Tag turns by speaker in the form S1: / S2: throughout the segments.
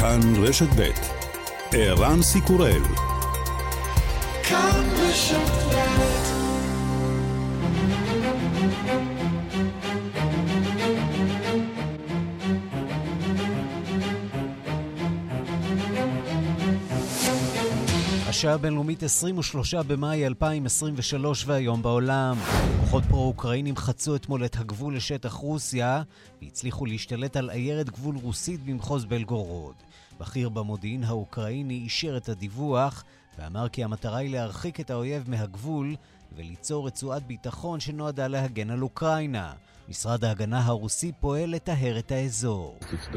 S1: כאן רשת ב' ערן סיקורל. כאן רשת ב'. השעה הבינלאומית 23 במאי 2023 והיום בעולם. כוחות פרו-אוקראינים חצו אתמול את הגבול לשטח רוסיה והצליחו להשתלט על עיירת גבול רוסית במחוז בלגורוד. בכיר במודיעין האוקראיני אישר את הדיווח ואמר כי המטרה היא להרחיק את האויב מהגבול וליצור רצועת ביטחון שנועדה להגן על אוקראינה. משרד ההגנה הרוסי פועל לטהר את האזור.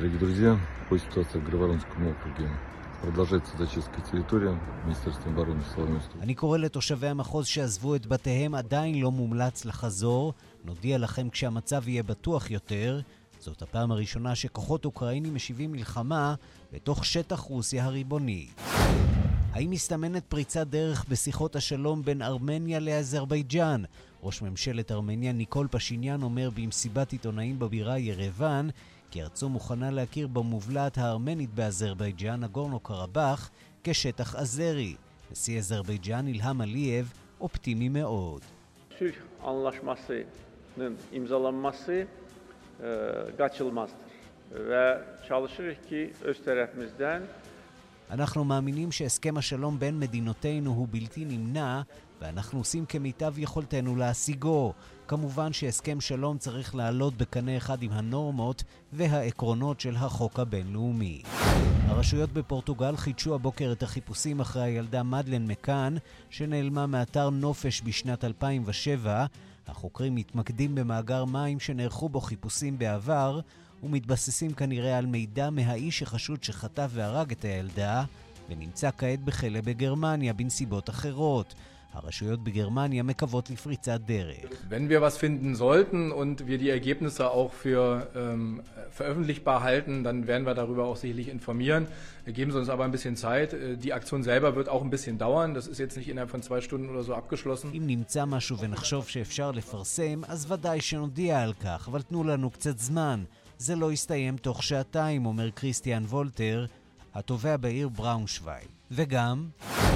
S1: אני קורא לתושבי המחוז שעזבו את בתיהם, עדיין לא מומלץ לחזור. נודיע לכם כשהמצב יהיה בטוח יותר. זאת הפעם הראשונה שכוחות אוקראינים משיבים מלחמה בתוך שטח רוסיה הריבוני. האם מסתמנת פריצת דרך בשיחות השלום בין ארמניה לאזרבייג'אן? ראש ממשלת ארמניה ניקול פשיניאן אומר במסיבת עיתונאים בבירה ירוון כי ארצו מוכנה להכיר במובלעת הארמנית באזרבייג'אן, נגורנו קרבאח, כשטח אזרי. נשיא אזרבייג'אן İlham Aliyev אופטימי מאוד.
S2: Sülh anlaşmasının imzalanması kaçılmazdır ve çalışırız ki öz tarafımızdan
S1: אנחנו מאמינים שהסכם השלום בין מדינותינו הוא בלתי נמנע, ואנחנו עושים כמיטב יכולתנו להשיגו. כמובן שהסכם שלום צריך לעלות בקנה אחד עם הנורמות והעקרונות של החוק הבינלאומי. הרשויות בפורטוגל חידשו הבוקר את החיפושים אחרי הילדה מדלן מקאן, שנעלמה מאתר נופש בשנת 2007. החוקרים מתמקדים במאגר מים שנערכו בו חיפושים בעבר, ומתבססים כנראה על מידע מהאיש שחשוד שחטף והרג את הילדה, ונמצא כעת בכלא בגרמניה בנסיבות אחרות. הרשויות בגרמניה מקוות לפריצת דרך.
S3: Wenn wir was finden sollten und wir die Ergebnisse auch für veröffentlichbar halten, dann werden wir darüber auch sicherlich informieren. Geben Sie uns aber ein bisschen Zeit. Die Aktion selber wird auch ein bisschen dauern. Das ist jetzt nicht innerhalb von 2 Stunden oder so abgeschlossen.
S1: אם נמצא משהו ונחשוב שאפשר לפרסם, אז ודאי שנודיע על כך, אבל תנו לנו קצת זמן. זה לא יסתיים תוך שעתיים, אומר קריסטיאן וולטר, התובע בעיר בראונשווייג. וגם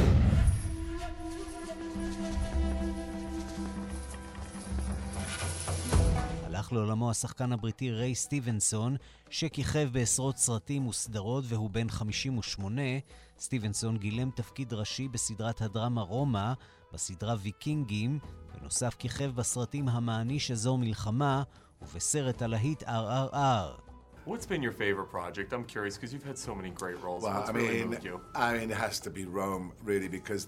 S1: הלך לעולמו השחקן הבריטי ריי סטיבנסון, שכיכב בעשרות סרטים וסדרות והוא בן 58. סטיבנסון גילם תפקיד ראשי בסדרת הדרמה רומא, בסדרה ויקינגים, בנוסף כיכב בסרטים המעניש אזור מלחמה, ובסרט הלהיט RRR.
S4: What's been your favorite project? I'm curious because you've had so many great roles.
S5: Well,
S4: What's really moved you?
S5: It has to be Rome, really, because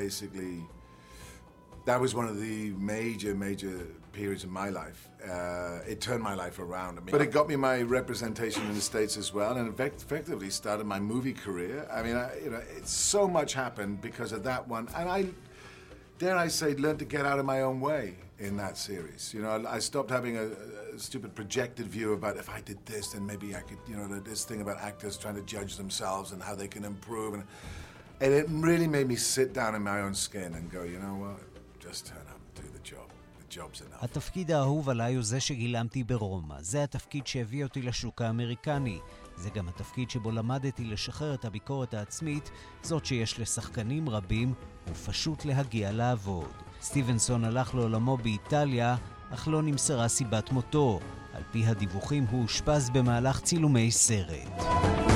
S5: that was one of the major periods in my life. It turned my life around. But it got me my representation in the States as well, and effectively started my movie career. It's so much happened because of that one, and dare I say, learned to get out of my own way in that series. I stopped having a stupid projected view about if I did this, then maybe I could, this thing about actors trying to judge themselves and how they can improve. And it really made me sit down in my own skin and go, you know what, just turn up and do the job. The job's enough.
S1: התפקיד האהוב עליי הוא זה שגילמתי ברומא. זה התפקיד שהביא אותי לשוק האמריקני. זה גם התפקיד שבו למדתי לשחרר את הביקורת העצמית, זאת שיש לשחקנים רבים, ופשוט להגיע לעבוד. סטיבנסון הלך לעולמו באיטליה, אך לא נמסרה סיבת מותו. על פי הדיווחים הוא אושפז במהלך צילומי סרט.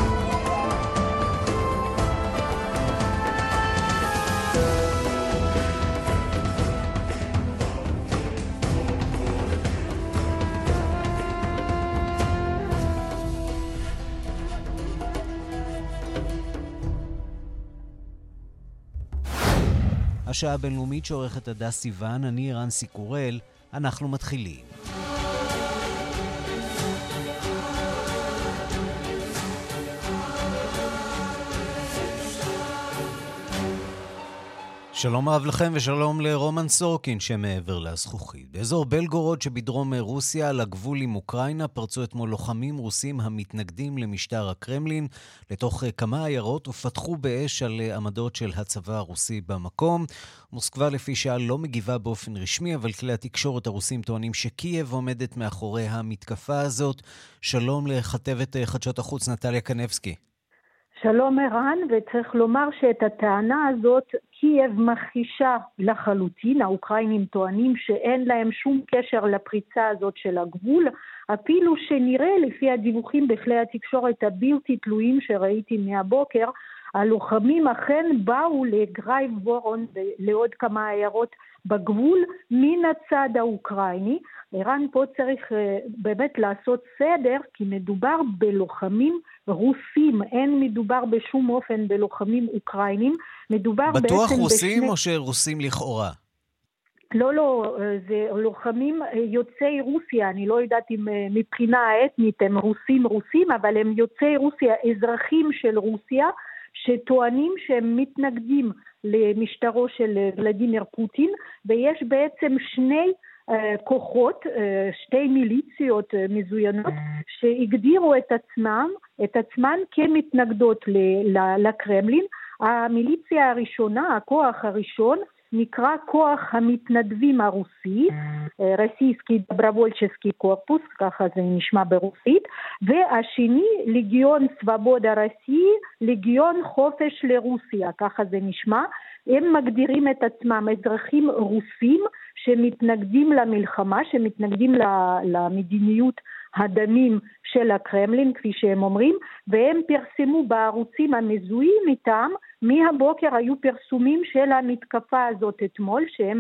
S1: השעה הבינלאומית שעורכת הדס סיוון, אני ערן סיקורל, אנחנו מתחילים. שלום רב לכם ושלום לרומן סורקין שמעבר לזכוכית. באזור בלגורוד שבדרום רוסיה על הגבול עם אוקראינה פרצו אתמול לוחמים רוסים המתנגדים למשטר הקרמלין לתוך כמה עיירות ופתחו באש על עמדות של הצבא הרוסי במקום. מוסקבה לפי שעה לא מגיבה באופן רשמי, אבל כלי התקשורת הרוסים טוענים שקייב עומדת מאחורי המתקפה הזאת. שלום לכתבת חדשות החוץ נטליה קנבסקי.
S6: שלום ערן, וצריך לומר שאת הטענה הזאת קייב מכחישה לחלוטין. האוקראינים טוענים שאין להם שום קשר לפריצה הזאת של הגבול, אפילו שנראה לפי הדיווחים בכלי התקשורת הבלתי תלויים שראיתי מהבוקר, הלוחמים אכן באו לגרייב וורון לעוד כמה עיירות בגבול מן הצד האוקראיני. ערן, פה צריך באמת לעשות סדר, כי מדובר בלוחמים רוסים, אין מדובר בשום אופן בלוחמים אוקראינים, מדובר בעצם
S1: בטוח רוסים או שרוסים לכאורה?
S6: לא, זה לוחמים יוצאי רוסיה, אני לא יודעת אם מבחינה האתנית הם רוסים, אבל הם יוצאי רוסיה, אזרחים של רוסיה, שטוענים שהם מתנגדים למשטרו של ולדימיר פוטין, ויש בעצם שני כוחות, שתי מיליציות מזוינות, שהגדירו את עצמן כמתנגדות לקרמלין. המיליציה הראשונה, הכוח הראשון, נקרא כוח המתנדבים הרוסי, רוסייסקי דברובולצ'סקי קורפוס, ככה זה נשמע ברוסית, והשני לגיון סבבודה רוסי, לגיון חופש לרוסיה, ככה זה נשמע. הם מגדירים את עצמם אזרחים רוסים שמתנגדים למלחמה, שמתנגדים למדיניות הדמים של הקרמלין, כפי שהם אומרים, והם פרסמו בערוצים המזוהים איתם, מהבוקר היו פרסומים של המתקפה הזאת אתמול, שהם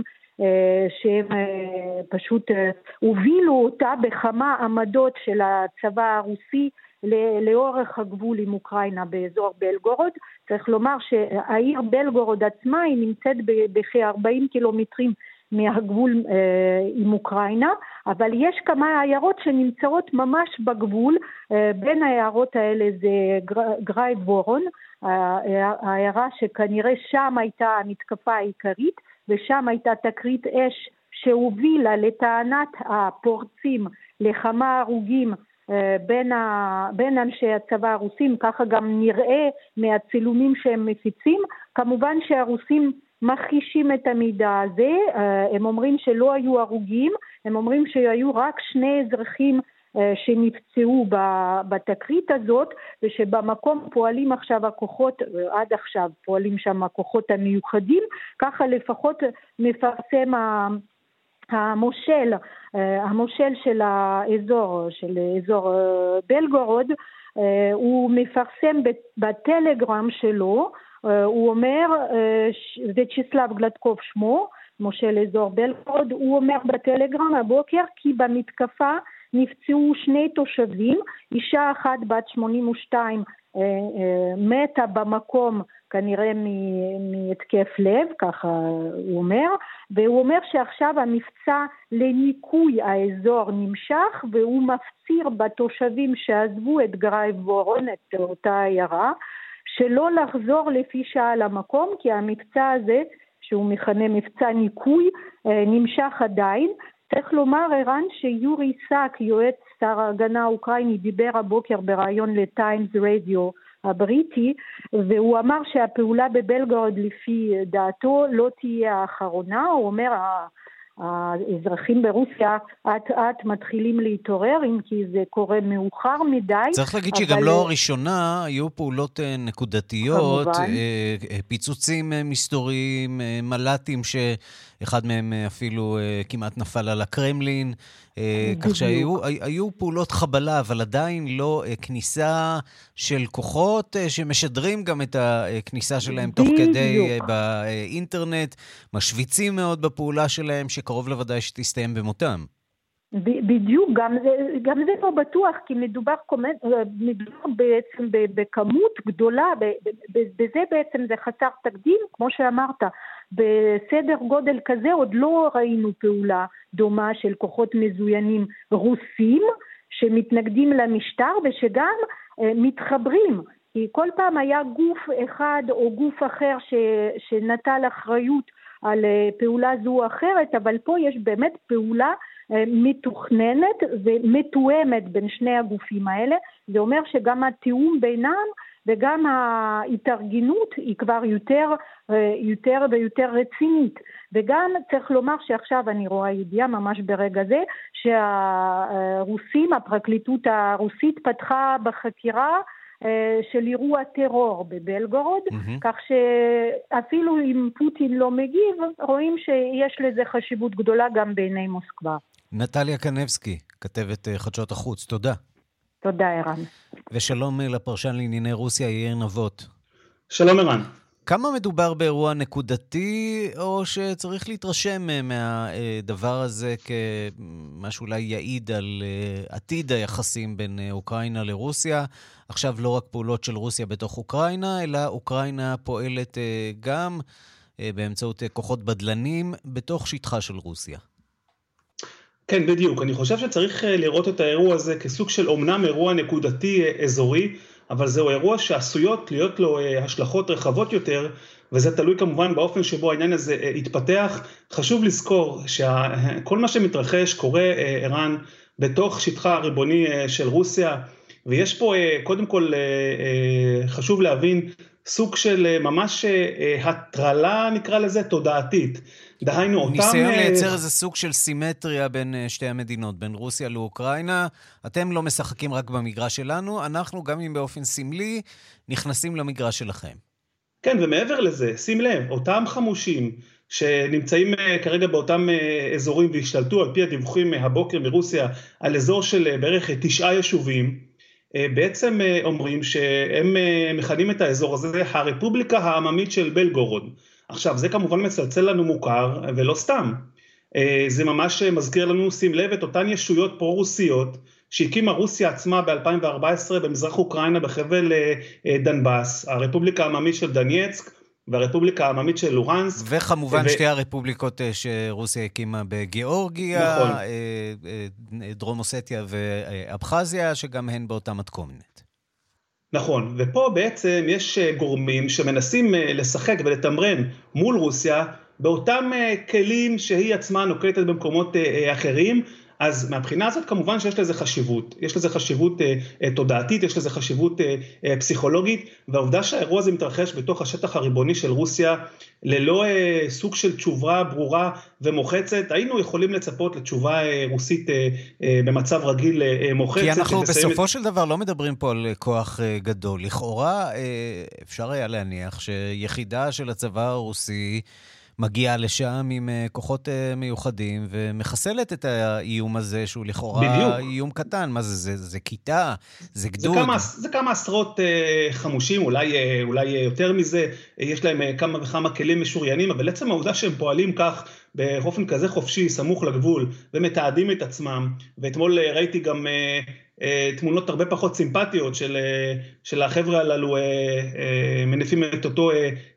S6: פשוט הובילו אותה בכמה עמדות של הצבא הרוסי לאורך הגבול עם אוקראינה באזור בלגורוד. צריך לומר שהעיר בלגורוד עצמה היא נמצאת בכ-40 קילומטרים מהגבול עם אוקראינה, אבל יש כמה עיירות שנמצאות ממש בגבול. בין העיירות האלה זה גרייב וורון, העיירה שכנראה שם הייתה המתקפה העיקרית, ושם הייתה תקרית אש שהובילה לטענת הפורצים לכמה הרוגים בין אנשי הצבא הרוסים, ככה גם נראה מהצילומים שהם מפיצים. כמובן שהרוסים מכחישים את המידע הזה, הם אומרים שלא היו הרוגים, הם אומרים שהיו רק שני אזרחים שנפצעו בתקרית הזאת, ושבמקום פועלים עכשיו הכוחות, עד עכשיו פועלים שם הכוחות המיוחדים, ככה לפחות מפרסם המושל של אזור בלגורוד, הוא מפרסם בטלגרם שלו, הוא אומר, וצ'יסלב גלדקוב שמו, מושל אזור בלגורוד, הוא אומר בטלגרם הבוקר כי במתקפה נפצעו שני תושבים, אישה אחת בת 82 מתה במקום כנראה מהתקף לב, ככה הוא אומר, והוא אומר שעכשיו המבצע לניקוי האזור נמשך, והוא מפציר בתושבים שעזבו את גרייב וורון, את אותה עיירה, שלא לחזור לפי שעה למקום, כי המבצע הזה, שהוא מכנה מבצע ניקוי, נמשך עדיין. צריך לומר, ערן, שיורי סאק, יועץ שר ההגנה האוקראיני, דיבר הבוקר ברעיון לטיימס רדיו הבריטי, והוא אמר שהפעולה בבלגורוד לפי דעתו לא תהיה האחרונה. הוא אומר, האזרחים ברוסיה עד מתחילים להתעורר, אם כי זה קורה מאוחר מדי.
S1: צריך להגיד שגם לא הראשונה, היו פעולות נקודתיות, פיצוצים מסתוריים, מל"טים שאחד מהם אפילו כמעט נפל על הקרמלין, כך שהיו פעולות חבלה, אבל עדיין לא כניסה של כוחות שמשדרים גם את הכניסה שלהם תוך כדי באינטרנט, משוויצים מאוד בפעולה שלהם שקרוב לוודאי שתסתיים במותם.
S6: בדיוק, גם זה לא בטוח, כי מדובר בעצם בכמות גדולה, בזה בעצם זה חסר תקדים, כמו שאמרת, בסדר גודל כזה עוד לא ראינו פעולה דומה של כוחות מזוינים רוסים שמתנגדים למשטר ושגם מתחברים, כי כל פעם היה גוף אחד או גוף אחר שנטל אחריות על פעולה זו או אחרת, אבל פה יש באמת פעולה מתוכננת ומתואמת בין שני הגופים האלה. זה אומר שגם התיאום בינם וגם ההתארגנות היא כבר יותר ויותר רצינית. וגם צריך לומר שעכשיו אני רואה ידיעה ממש ברגע זה שהרוסים, הפרקליטות הרוסית פתחה בחקירה של אירוע טרור בבלגורוד, כך שאפילו אם פוטין לא מגיב, רואים שיש לזה חשיבות גדולה גם בעיני מוסקבה.
S1: נטליה קנבסקי, כתבת חדשות החוץ, תודה.
S6: תודה, ערן.
S1: ושלום לפרשן לענייני רוסיה, יאיר נבות.
S7: שלום, ערן.
S1: כמה מדובר באירוע נקודתי, או שצריך להתרשם מהדבר הזה כמה שאולי יעיד על עתיד היחסים בין אוקראינה לרוסיה? עכשיו לא רק פעולות של רוסיה בתוך אוקראינה, אלא אוקראינה פועלת גם באמצעות כוחות בדלנים בתוך שטחה של רוסיה.
S7: כן, בדיוק. אני חושב שצריך לראות את האירוע הזה כסוג של אומנם אירוע נקודתי אזורי, אבל זהו אירוע שעשויות להיות לו השלכות רחבות יותר, וזה תלוי כמובן באופן שבו העניין הזה יתפתח. חשוב לזכור שכל מה שמתרחש קורה, ערן, בתוך שטחה הריבוני של רוסיה, ויש פה קודם כל חשוב להבין סוג של ממש הטרלה, נקרא לזה, תודעתית. דהיינו אותם...
S1: ניסיון לייצר איזה סוג של סימטריה בין שתי המדינות, בין רוסיה לאוקראינה. אתם לא משחקים רק במגרש שלנו, אנחנו גם אם באופן סמלי נכנסים למגרש שלכם.
S7: כן, ומעבר לזה, שים לב, אותם חמושים שנמצאים כרגע באותם אזורים והשתלטו על פי הדיווחים הבוקר מרוסיה על אזור של בערך 9 יישובים, בעצם אומרים שהם מכנים את האזור הזה הרפובליקה העממית של בלגורוד. עכשיו, זה כמובן מצלצל לנו מוכר, ולא סתם. זה ממש מזכיר לנו, שים לב, את אותן ישויות פרו-רוסיות, שהקימה רוסיה עצמה ב-2014 במזרח אוקראינה בחבל דנבאס, הרפובליקה העממית של דנייצק, והרפובליקה העממית של לורנסק.
S1: וכמובן שתי הרפובליקות שרוסיה הקימה בגיאורגיה, נכון. דרום אוסטיה ואבחזיה, שגם הן באותה מתכונת.
S7: נכון, ופה בעצם יש גורמים שמנסים לשחק ולתמרן מול רוסיה באותם כלים שהיא עצמה נוקטת במקומות אחרים, אז מהבחינה הזאת כמובן שיש לזה חשיבות, יש לזה חשיבות תודעתית, יש לזה חשיבות פסיכולוגית, והעובדה שהאירוע הזה מתרחש בתוך השטח הריבוני של רוסיה, ללא סוג של תשובה ברורה ומוחצת, היינו יכולים לצפות לתשובה רוסית במצב רגיל מוחצת.
S1: כי אנחנו בסופו של דבר לא מדברים פה על כוח גדול, לכאורה אפשר היה להניח שיחידה של הצבא הרוסי, מגיעה לשם עם כוחות מיוחדים ומחסלת את האיום הזה שהוא לכאורה איום קטן. מה זה? זה כיתה? זה גדוד?
S7: זה כמה עשרות חמושים, אולי יותר מזה. יש להם כמה וכמה כלים משוריינים, אבל עצם העובדה שהם פועלים כך באופן כזה חופשי, סמוך לגבול, ומתעדים את עצמם. ואתמול ראיתי גם תמונות הרבה פחות סימפטיות של החבר'ה הללו, מניפים את אותו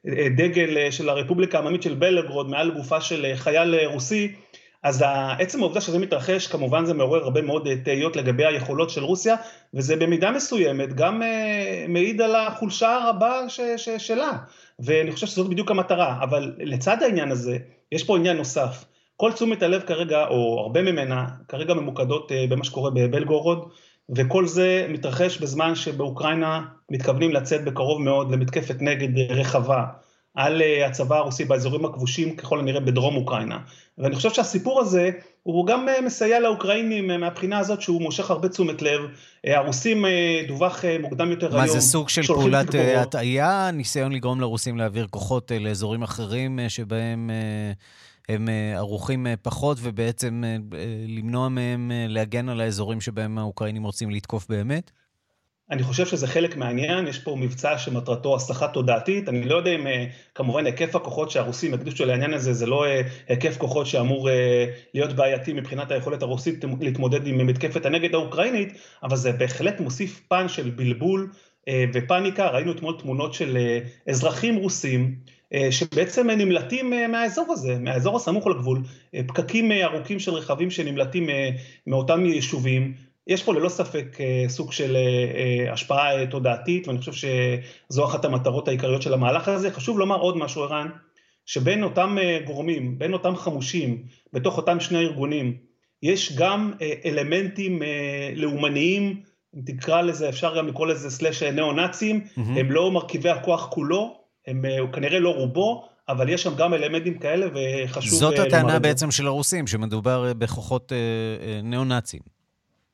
S7: דגל של הרפובליקה העממית של בלגורוד מעל גופה של חייל רוסי. אז עצם העובדה שזה מתרחש, כמובן זה מעורר הרבה מאוד תהיות לגבי היכולות של רוסיה, וזה במידה מסוימת גם מעיד על החולשה הרבה שלה, ואני חושב שזאת בדיוק המטרה. אבל לצד העניין הזה, יש פה עניין נוסף. כל תשומת הלב כרגע, או הרבה ממנה, כרגע ממוקדות במה שקורה בבלגורוד, וכל זה מתרחש בזמן שבאוקראינה מתכוונים לצאת בקרוב מאוד למתקפת נגד רחבה על הצבא הרוסי באזורים הכבושים, ככל הנראה בדרום אוקראינה. ואני חושב שהסיפור הזה הוא גם מסייע לאוקראינים מהבחינה הזאת שהוא מושך הרבה תשומת לב. הרוסים דווח מוקדם יותר היום.
S1: מה זה סוג של פעולת הטעיה? ניסיון לגרום לרוסים להעביר כוחות לאזורים אחרים שבהם הם ערוכים פחות, ובעצם למנוע מהם להגן על האזורים שבהם האוקראינים רוצים לתקוף באמת?
S7: אני חושב שזה חלק מהעניין, יש פה מבצע שמטרתו הסחה תודעתית, אני לא יודע אם כמובן היקף הכוחות שהרוסים הקדישו לעניין הזה, זה לא היקף כוחות שאמור להיות בעייתי מבחינת היכולת הרוסית להתמודד עם מתקפת הנגד האוקראינית, אבל זה בהחלט מוסיף פן של בלבול ופניקה. ראינו אתמול תמונות של אזרחים רוסים, שבעצם נמלטים מהאזור הזה, מהאזור הסמוך לגבול, פקקים ארוכים של רכבים שנמלטים מאותם יישובים. יש פה ללא ספק סוג של השפעה תודעתית, ואני חושב שזו אחת המטרות העיקריות של המהלך הזה. חשוב לומר עוד משהו, ערן, שבין אותם גורמים, בין אותם חמושים, בתוך אותם שני ארגונים, יש גם אלמנטים לאומניים, אם תקרא לזה, אפשר גם לקרוא לזה סלש ניאו-נאצים, הם לא מרכיבי הכוח כולו, הם כנראה לא רובו, אבל יש שם גם אלמנטים כאלה, וחשוב...
S1: זאת הטענה בעצם של הרוסים, שמדובר בכוחות ניאו-נאצים.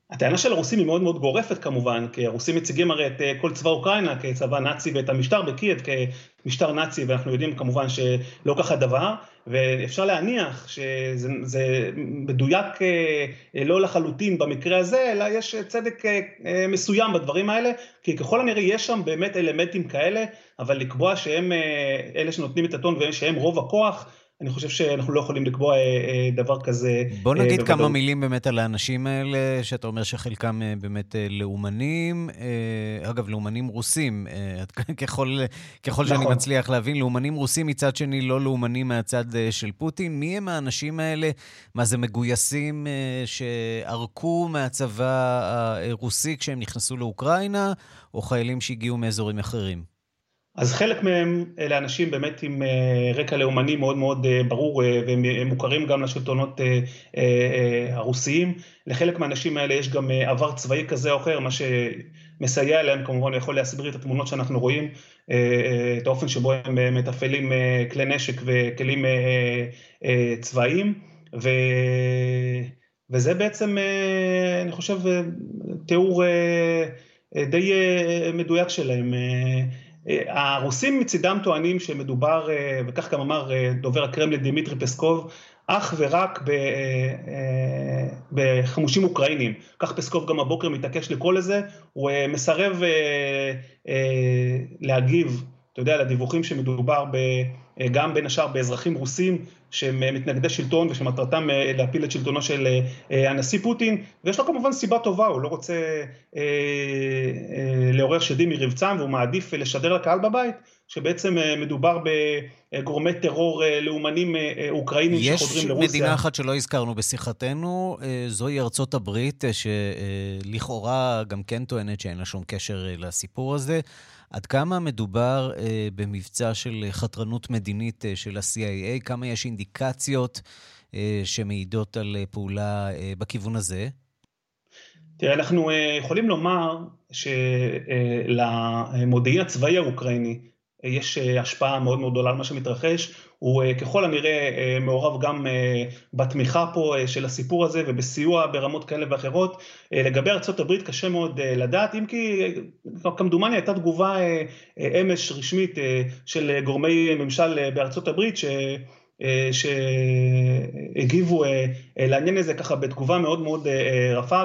S7: הטענה של הרוסים היא מאוד מאוד גורפת כמובן, כי הרוסים מציגים הרי את כל צבא אוקראינה כצבא נאצי ואת המשטר בקייב כמשטר נאצי, ואנחנו יודעים כמובן שלא כך הדבר, ואפשר להניח שזה מדויק לא לחלוטין במקרה הזה, אלא יש צדק מסוים בדברים האלה, כי ככל הנראה יש שם באמת אלמנטים כאלה, אבל לקבוע שהם אלה שנותנים את הטון ושהם רוב הכוח, אני חושב שאנחנו לא יכולים לקבוע דבר כזה.
S1: בוא נגיד כמה מילים באמת על האנשים האלה, שאתה אומר שחלקם באמת לאומנים, אגב, לאומנים רוסים, ככל שאני מצליח להבין, לאומנים רוסים מצד שני, לא לאומנים מהצד של פוטין. מי הם האנשים האלה? מה זה מגויסים שערקו מהצבא הרוסי כשהם נכנסו לאוקראינה, או חיילים שהגיעו מאזורים אחרים?
S7: אז חלק מהם אלה אנשים באמת עם רקע לאומני מאוד מאוד ברור, והם מוכרים גם לשלטונות הרוסיים. לחלק מהאנשים האלה יש גם עבר צבאי כזה או אחר, מה שמסייע להם כמובן יכול להסביר את התמונות שאנחנו רואים, את האופן שבו הם מתפעלים כלי נשק וכלים צבאיים, וזה בעצם, אני חושב, תיאור די מדויק שלהם. הרוסים מצידם טוענים שמדובר, וכך גם אמר דובר הקרמלין דימיטרי פסקוב, אך ורק בחמושים אוקראינים. כך פסקוב גם הבוקר מתעקש לקרוא לזה, הוא מסרב להגיב, אתה יודע, לדיווחים שמדובר גם בין השאר באזרחים רוסים שהם מתנגדי שלטון ושמטרתם להפיל את שלטונו של הנשיא פוטין, ויש לו כמובן סיבה טובה, הוא לא רוצה לעורר שדים מרבצם, והוא מעדיף לשדר לקהל בבית, שבעצם מדובר בגורמי טרור לאומנים אוקראינים שחודרים לרוסיה.
S1: יש מדינה אחת שלא הזכרנו בשיחתנו, זוהי ארצות הברית, שלכאורה גם כן טוענת שאין לה שום קשר לסיפור הזה. עד כמה מדובר במבצע של חתרנות מדינית של ה-CIA? כמה יש אינדיקציות שמעידות על פעולה בכיוון הזה?
S7: תראה, אנחנו יכולים לומר שלמודיעין הצבאי האוקראיני יש השפעה מאוד מאוד גדולה על מה שמתרחש, הוא ככל הנראה מעורב גם בתמיכה פה של הסיפור הזה ובסיוע ברמות כאלה ואחרות. לגבי ארצות הברית קשה מאוד לדעת, אם כי כמדומני הייתה תגובה אמש רשמית של גורמי ממשל בארצות הברית שהגיבו לעניין הזה ככה בתגובה מאוד מאוד רפה,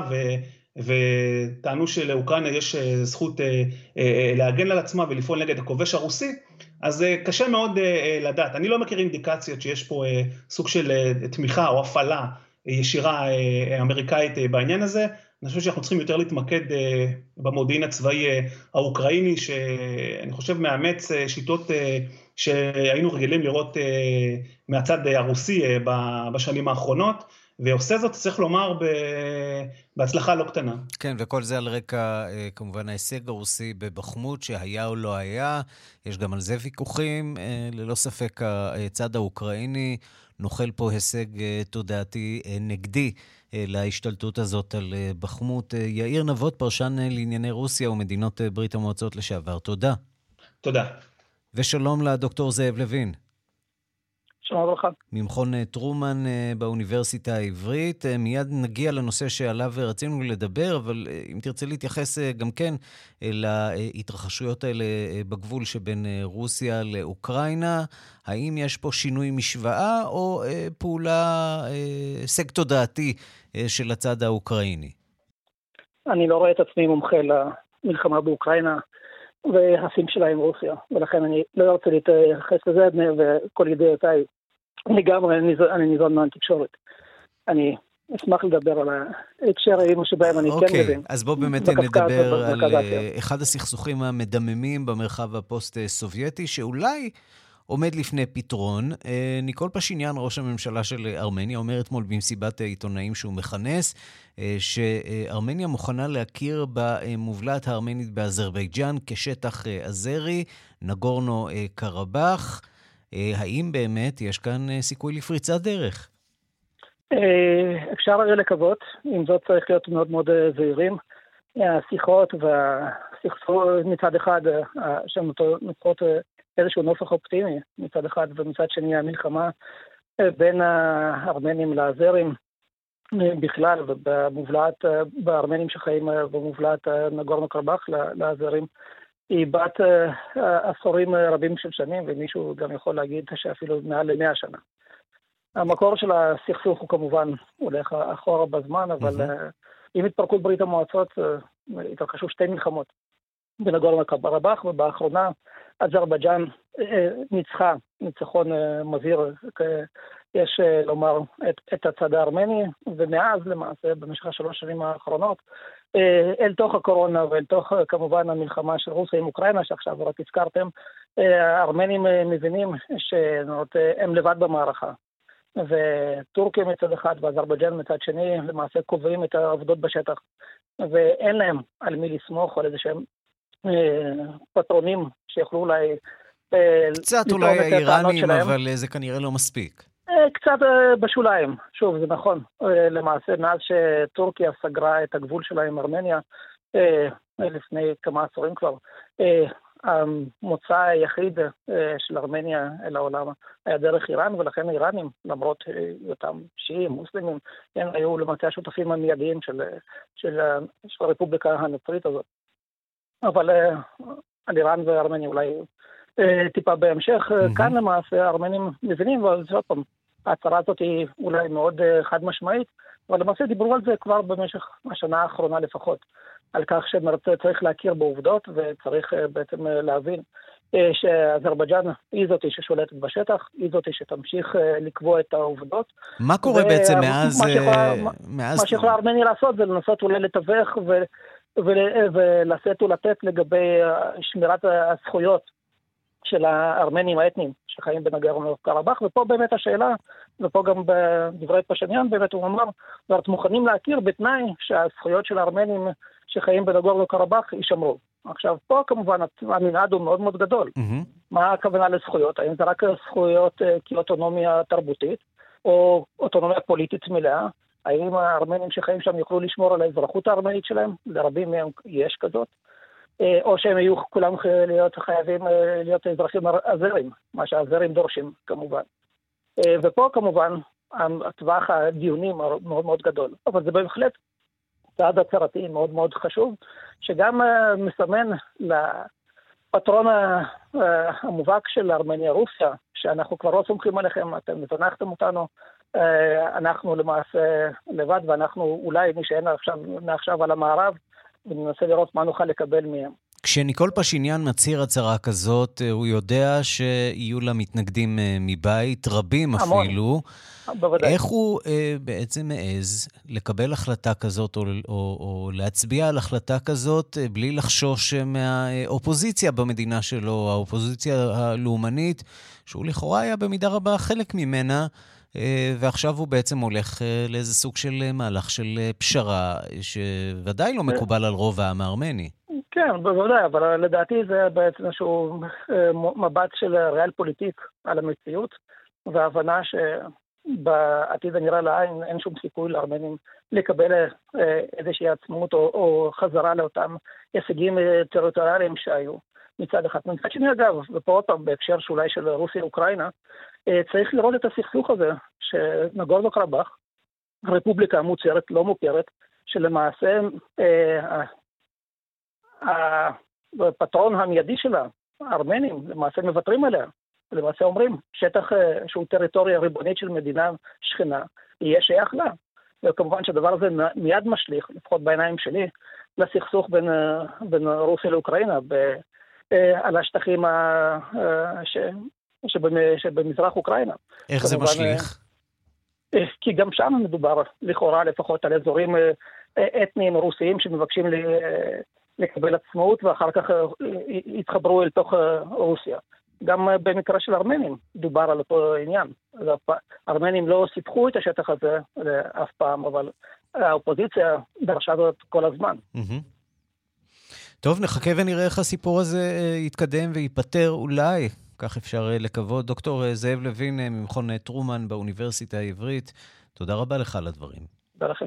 S7: וטענו שלאוקראינה יש זכות להגן על עצמה ולפעול נגד הכובש הרוסי, אז קשה מאוד לדעת. אני לא מכיר אינדיקציות שיש פה סוג של תמיכה או הפעלה ישירה אמריקאית בעניין הזה. אני חושב שאנחנו צריכים יותר להתמקד במודיעין הצבאי האוקראיני, שאני חושב מאמץ שיטות שהיינו רגילים לראות מהצד הרוסי בשנים האחרונות, ועושה זאת, צריך לומר, בהצלחה לא קטנה.
S1: כן, וכל זה על רקע, כמובן, ההישג הרוסי בבחמות, שהיה או לא היה. יש גם על זה ויכוחים. ללא ספק, הצד האוקראיני נוכל פה הישג תודעתי נגדי להשתלטות הזאת על בחמות. יאיר נבות, פרשן לענייני רוסיה ומדינות ברית המועצות לשעבר. תודה.
S7: תודה.
S1: ושלום לדוקטור זאב לוין.
S8: שלום וברכה.
S1: ממכון טרומן באוניברסיטה העברית. מיד נגיע לנושא שעליו רצינו לדבר, אבל אם תרצה להתייחס גם כן להתרחשויות האלה בגבול שבין רוסיה לאוקראינה, האם יש פה שינוי משוואה או פעולה הישג תודעתי של הצד האוקראיני?
S8: אני לא רואה את עצמי מומחה למלחמה באוקראינה והסים שלה עם רוסיה, ולכן אני לא רוצה להתייחס לזה, וכל ידיעותיי לגמרי אני ניזון מהתקשורת. אני אשמח לדבר על ההקשרים שבהם אני כן מבין.
S1: אז בוא באמת נדבר על אחד הסכסוכים המדממים במרחב הפוסט-סובייטי, שאולי עומד לפני פתרון. ניקול פשיניאן, ראש הממשלה של ארמניה, אומר אתמול במסיבת עיתונאים שהוא מכנס, שארמניה מוכנה להכיר במובלעת הארמנית באזרבייג'אן כשטח אזרי, נגורנו קרבאח. האם באמת יש כאן סיכוי לפריצת דרך?
S8: אפשר לקוות, עם זאת צריך להיות מאוד מאוד זהירים. השיחות והסכסוך מצד אחד, שנוצרות איזשהו נופח אופטימי מצד אחד, ומצד שני המלחמה בין הארמנים לאזרים בכלל, ובמובלעת, בארמנים שחיים במובלעת נגורנו קרבאח לאזרים, היא בת עשורים רבים של שנים, ומישהו גם יכול להגיד שאפילו מעל ל100 שנה. המקור של הסכסוך הוא כמובן הולך אחורה בזמן, אבל עם התפרקות ברית המועצות התרחשו 2 מלחמות בנגורנו קרבאח, ובאחרונה אזרבייג'אן ניצחה ניצחון מזהיר, יש לומר, את הצד הארמני, ומאז למעשה במשך 3 שנים האחרונות, אל תוך הקורונה ואל תוך כמובן המלחמה של רוסיה עם אוקראינה, שעכשיו רק הזכרתם, הארמנים מבינים שהם לבד במערכה. וטורקיה מצד אחד ואזרבייג'אן מצד שני למעשה קובעים את העבודות בשטח, ואין להם על מי לסמוך, על איזה שהם פטרונים שיוכלו אולי
S1: קצת אולי האיראנים, אבל זה כנראה לא מספיק.
S8: קצת בשוליים, שוב, זה נכון. למעשה, מאז שטורקיה סגרה את הגבול שלה עם ארמניה, לפני כמה עשורים כבר, המוצא היחיד של ארמניה אל העולם היה דרך איראן, ולכן האיראנים, למרות אותם שיעים, מוסלמים, הם היו למעשה השותפים המיידיים של הרפובליקה הנוצרית הזאת. אבל על איראן וארמניה אולי טיפה בהמשך, כאן למעשה הארמנים מבינים, אבל זה עוד פעם, ההצהרה הזאת היא אולי מאוד חד משמעית, אבל למעשה דיברו על זה כבר במשך השנה האחרונה לפחות, על כך שצריך להכיר בעובדות, וצריך בעצם להבין שאזרבייג'אן היא זאת ששולטת בשטח, היא זאת שתמשיך לקבוע את העובדות.
S1: מה קורה בעצם מאז...
S8: מה שיכולה ארמניה לעשות זה לנסות אולי לתווך ולשאת ולתת לגבי שמירת הזכויות של הארמנים האתניים שחיים בנגורנו קרבאח, ופה באמת השאלה, ופה גם בדברי פשניאן באמת הוא אמר, ואנחנו מוכנים להכיר בתנאי שהזכויות של הארמנים שחיים בנגורנו קרבאח יישמרו. עכשיו פה כמובן המנעד הוא מאוד מאוד גדול. מה הכוונה לזכויות? האם זה רק זכויות כאוטונומיה תרבותית, או אוטונומיה פוליטית מלאה? האם הארמנים שחיים שם יוכלו לשמור על האזרחות הארמנית שלהם? לרבים מהם יש כזאת. או שהם יהיו כולם חייבים להיות אזרחים אזרים, מה שהאזרים דורשים כמובן. ופה כמובן הטווח הדיונים מאוד מאוד גדול, אבל זה בהחלט צעד הצהרתי מאוד מאוד חשוב, שגם מסמן לפטרון המובהק של ארמניה רוסיה, שאנחנו כבר לא סומכים עליכם, אתם מזנחתם אותנו, אנחנו למעשה לבד, ואנחנו אולי נשען מעכשיו על המערב, וננסה לראות מה נוכל לקבל מהם.
S1: כשניקול פשיניאן מצהיר הצהרה כזאת, הוא יודע שיהיו לה מתנגדים מבית, רבים אפילו.
S8: בוודאי.
S1: איך הוא בעצם מעז לקבל החלטה כזאת, או להצביע על החלטה כזאת, בלי לחשוש מהאופוזיציה במדינה שלו, האופוזיציה הלאומנית, שהוא לכאורה היה במידה רבה חלק ממנה, ועכשיו הוא בעצם הולך לאיזה סוג של מהלך של פשרה, שוודאי לא מקובל על רוב העם הארמני.
S8: כן, בוודאי, אבל לדעתי זה בעצם איזשהו מבט של ריאל פוליטיק על המציאות, וההבנה שבעתיד הנראה לעין אין שום סיכוי לארמנים לקבל איזושהי עצמאות או חזרה לאותם הישגים טריטוריאליים שהיו מצד אחד. מצד שני אגב, ופה עוד פעם בהקשר שאולי של רוסיה-אוקראינה, צריך לראות את הסכסוך הזה, שנגורנו קרבאח, רפובליקה מוצהרת, לא מוכרת, שלמעשה הפטרון המיידי שלה, הארמנים, למעשה מוותרים עליה, למעשה אומרים, שטח שהוא טריטוריה ריבונית של מדינה שכנה, יהיה שייך לה. וכמובן שהדבר הזה מיד משליך, לפחות בעיניים שלי, לסכסוך בין רוסיה לאוקראינה, על השטחים שבמזרח אוקראינה.
S1: איך זה משליך?
S8: כי גם שם מדובר לכאורה לפחות על אזורים אתניים רוסיים שמבקשים לקבל עצמאות ואחר כך יתחברו אל תוך רוסיה. גם במקרה של ארמנים דובר על אותו עניין. הארמנים לא סיפחו את השטח הזה אף פעם, אבל האופוזיציה דרשה זאת כל הזמן.
S1: טוב, נחכה ונראה איך הסיפור הזה יתקדם ויפטר אולי. כך אפשר לקוות. דוקטור זאב לוין ממכון טרומן באוניברסיטה העברית, תודה רבה לך על הדברים.
S8: תודה לכם.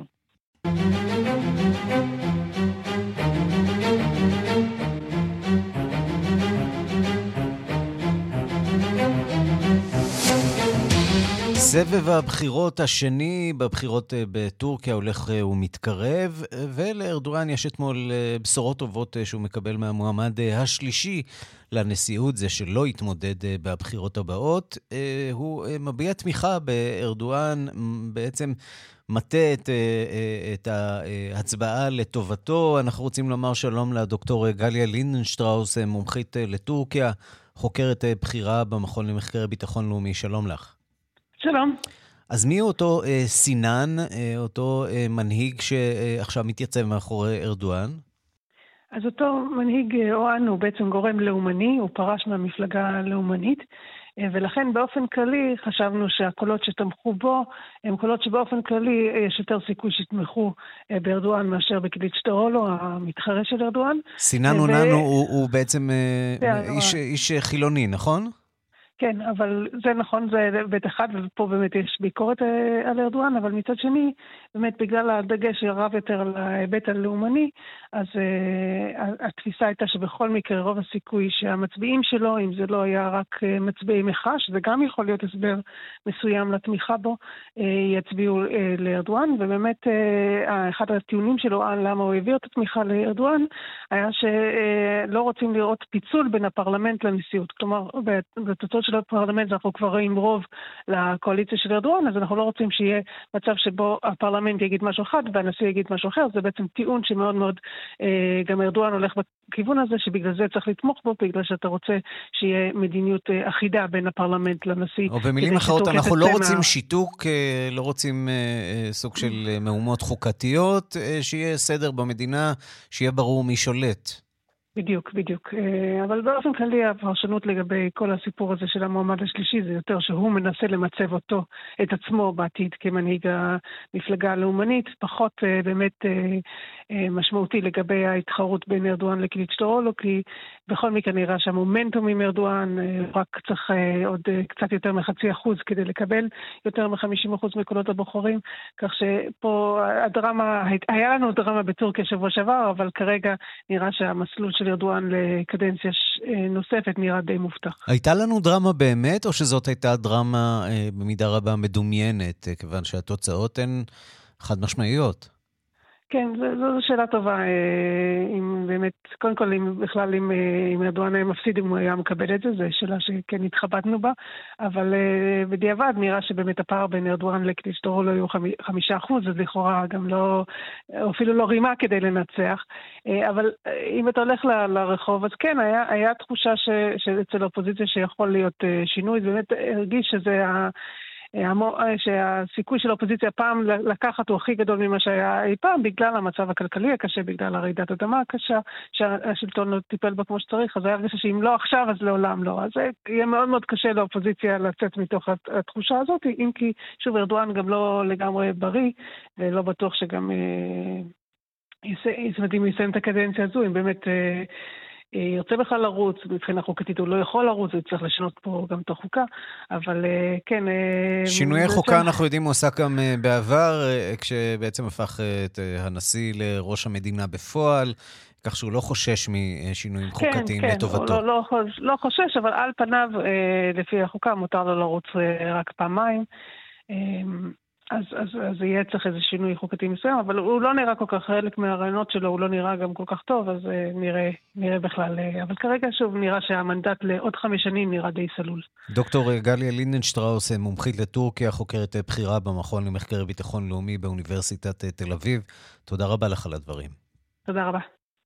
S1: סבב הבחירות השני בבחירות בטורקיה הולך ומתקרב, ולארדואן יש אתמול בשורות טובות שהוא מקבל מהמועמד השלישי לנשיאות, זה שלא יתמודד בבחירות הבאות. הוא מביע תמיכה בארדואן, בעצם מטה את ההצבעה לטובתו. אנחנו רוצים לומר שלום לדוקטור גליה לינדנשטראוס, מומחית לטורקיה, חוקרת בחירה במכון למחקר ביטחון לאומי. שלום לך.
S9: שלום.
S1: אז מי אותו סינן, אותו מנהיג שעכשיו מתייצב מאחורי ארדואן?
S9: אז אותו מנהיג אוהן הוא בעצם גורם לאומני, הוא פרש מהמפלגה הלאומנית, ולכן באופן כללי חשבנו שהקולות שתמכו בו הם קולות שבאופן כללי יש יותר סיכוי שיתמכו בארדואן מאשר בקליצ'דארולו, המתחרה של ארדואן.
S1: סינן אוננו הוא בעצם איש חילוני, נכון?
S9: כן, אבל זה נכון, זה בית אחד, ופה באמת יש ביקורת על ארדואן, אבל מצד שני, באמת בגלל הדגש הרב יותר על ההיבט הלאומני, אז התפיסה הייתה שבכל מקרה רוב הסיכוי שהמצביעים שלו, אם זה לא היה רק מצביעי מחאה, שזה גם יכול להיות הסבר מסוים לתמיכה בו, יצביעו לארדואן, ובאמת אחד הטיעונים שלו על למה הוא הביא את התמיכה לארדואן, היה שלא רוצים לראות פיצול בין הפרלמנט לנשיאות, כלומר, בתוצאות של הפרלמנט אנחנו כבר רואים רוב לקואליציה של ארדואן, אז אנחנו לא רוצים שיהיה מצב שבו הפרלמנט יגיד משהו אחד והנשיא יגיד משהו אחר, זה בעצם טיעון שמאוד מאוד גם ארדואן הולך בכיוון הזה, שבגלל זה צריך לתמוך בו, בגלל שאתה רוצה שיהיה מדיניות אחידה בין הפרלמנט לנשיא.
S1: או במילים אחרות, אנחנו לא רוצים שיתוק, לא רוצים סוג של מהומות חוקתיות, שיהיה סדר במדינה, שיהיה ברור מי שולט.
S9: בדיוק, בדיוק. אבל באופן כללי הפרשנות לגבי כל הסיפור הזה של המועמד השלישי זה יותר שהוא מנסה למצב אותו, את עצמו בעתיד כמנהיג המפלגה הלאומנית, פחות באמת משמעותי לגבי ההתחרות בין ארדואן לקליצ'דארולו, כי בכל מקרה נראה שהמומנטום עם ארדואן רק צריך עוד קצת יותר מ0.5% כדי לקבל יותר מ50% מקולות הבוחרים, כך שפה הדרמה, היה לנו דרמה בטורקיה שבוע שעבר, אבל כרגע נראה שהמסלול של ארדואן לקדנציה נוספת נראה די מובטח.
S1: הייתה לנו דרמה באמת, או שזאת הייתה דרמה במידה רבה מדומיינת, כיוון שהתוצאות הן חד משמעיות?
S9: כן, זו שאלה טובה, אם באמת, קודם כל, אם בכלל, אם ארדואן היה מפסיד, אם הוא היה מקבל את זה, זו שאלה שכן התחבטנו בה, אבל בדיעבד נראה שבאמת הפער בין ארדואן לקליצ'דארולו היו 5%, אז לכאורה גם לא, אפילו לא רימה כדי לנצח, אבל אם אתה הולך לרחוב, אז כן, היה תחושה שאצל האופוזיציה שיכול להיות שינוי, זה באמת הרגיש שזה שהסיכוי של האופוזיציה פעם לקחת הוא הכי גדול ממה שהיה אי פעם, בגלל המצב הכלכלי הקשה, בגלל הרעידת אדמה הקשה, שהשלטון לא טיפל בה כמו שצריך, אז היה הרגשה שאם לא עכשיו, אז לעולם לא. אז זה יהיה מאוד מאוד קשה לאופוזיציה לצאת מתוך התחושה הזאת, אם כי שוב ארדואן גם לא לגמרי בריא, ולא בטוח שגם יסיים את הקדנציה הזו, אם באמת ירצה בכלל לרוץ, מבחינה חוקתית הוא לא יכול לרוץ, הוא צריך לשנות פה גם את החוקה, אבל כן.
S1: שינויי חוקה אנחנו יודעים הוא עושה גם בעבר, כשבעצם הפך את הנשיא לראש המדינה בפועל, כך שהוא לא חושש משינויים חוקתיים לטובתו.
S9: לא חושש, אבל על פניו, לפי החוקה, מותר לו לרוץ רק פעמיים, אז יהיה צריך איזה שינוי חוקתי מסוים, אבל הוא לא נראה כל כך, חלק מהרעיונות שלו הוא לא נראה גם כל כך טוב, אז נראה בכלל, אבל כרגע שוב נראה שהמנדט לעוד 5 שנים נראה די סלול.
S1: דוקטור גליה לינדנשטראוס, מומחית לטורקיה, חוקרת בחירה במכון למחקר ביטחון לאומי באוניברסיטת תל אביב. תודה רבה לך על הדברים.
S9: תודה רבה.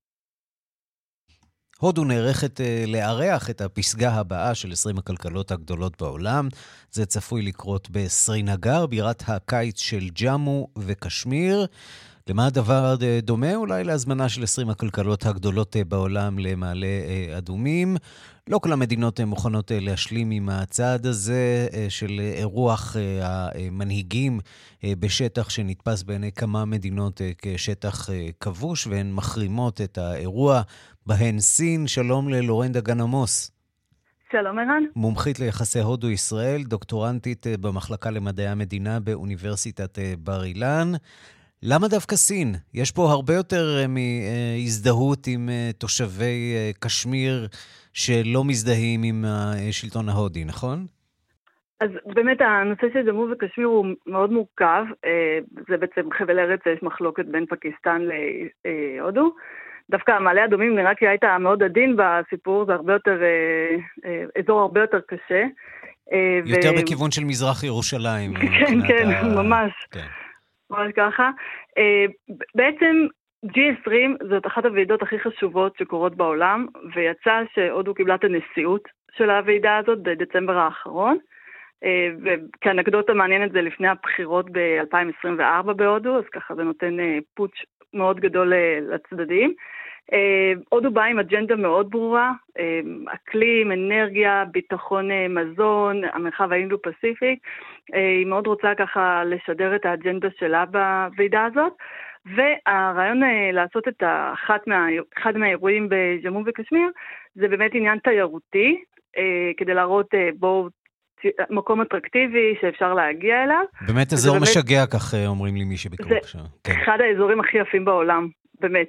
S1: הודו נערכת לארח את הפסגה הבאה של 20 הכלכלות הגדולות בעולם. זה צפוי לקרות בסרינגר, בירת הקיץ של ג'אמו וקשמיר. למה הדבר דומה? אולי להזמנה של 20 הכלכלות הגדולות בעולם למעלה אדומים. לא כל המדינות מוכנות להשלים עם הצעד הזה של אירוח המנהיגים בשטח שנתפס בעיני כמה מדינות כשטח כבוש, והן מחרימות את האירוע בהן סין. שלום ללורן דגן עמוס.
S10: שלום ערן.
S1: מומחית ליחסי הודו-ישראל, דוקטורנטית במחלקה למדעי המדינה באוניברסיטת בר אילן. למה דווקא סין? יש פה הרבה יותר מהזדהות עם תושבי קשמיר שלא מזדהים עם השלטון ההודי, נכון?
S10: אז באמת הנושא של ג'מו וקשמיר הוא מאוד מורכב, זה בעצם חבל ארץ, יש מחלוקת בין פקיסטן להודו. דווקא מעלה אדומים נראה כי היית מאוד עדין בסיפור, זה הרבה יותר, אזור הרבה יותר קשה.
S1: יותר בכיוון של מזרח ירושלים.
S10: כן, ממש. ממש ככה. בעצם G20 זאת אחת הוועידות הכי חשובות שקורות בעולם, ויצא שהודו קיבלה את הנשיאות של הוועידה הזאת בדצמבר האחרון, וכאנקדוטה מעניינת זה לפני הבחירות ב-2024 בהודו, אז ככה זה נותן פוץ' מאוד גדול לצדדים. הודו באה עם אג'נדה מאוד ברורה, אקלים, אנרגיה, ביטחון מזון, המרחב האינדו-פסיפיק, היא מאוד רוצה ככה לשדר את האג'נדה שלה בוועידה הזאת, והרעיון לעשות את אחד מהאירועים בג'מו וקשמיר, זה באמת עניין תיירותי, כדי להראות בואו מקום אטרקטיבי שאפשר להגיע אליו.
S1: באמת אזור משגע, כך אומרים לי מי שביקרו עכשיו.
S10: זה אחד האזורים הכי יפים בעולם, באמת.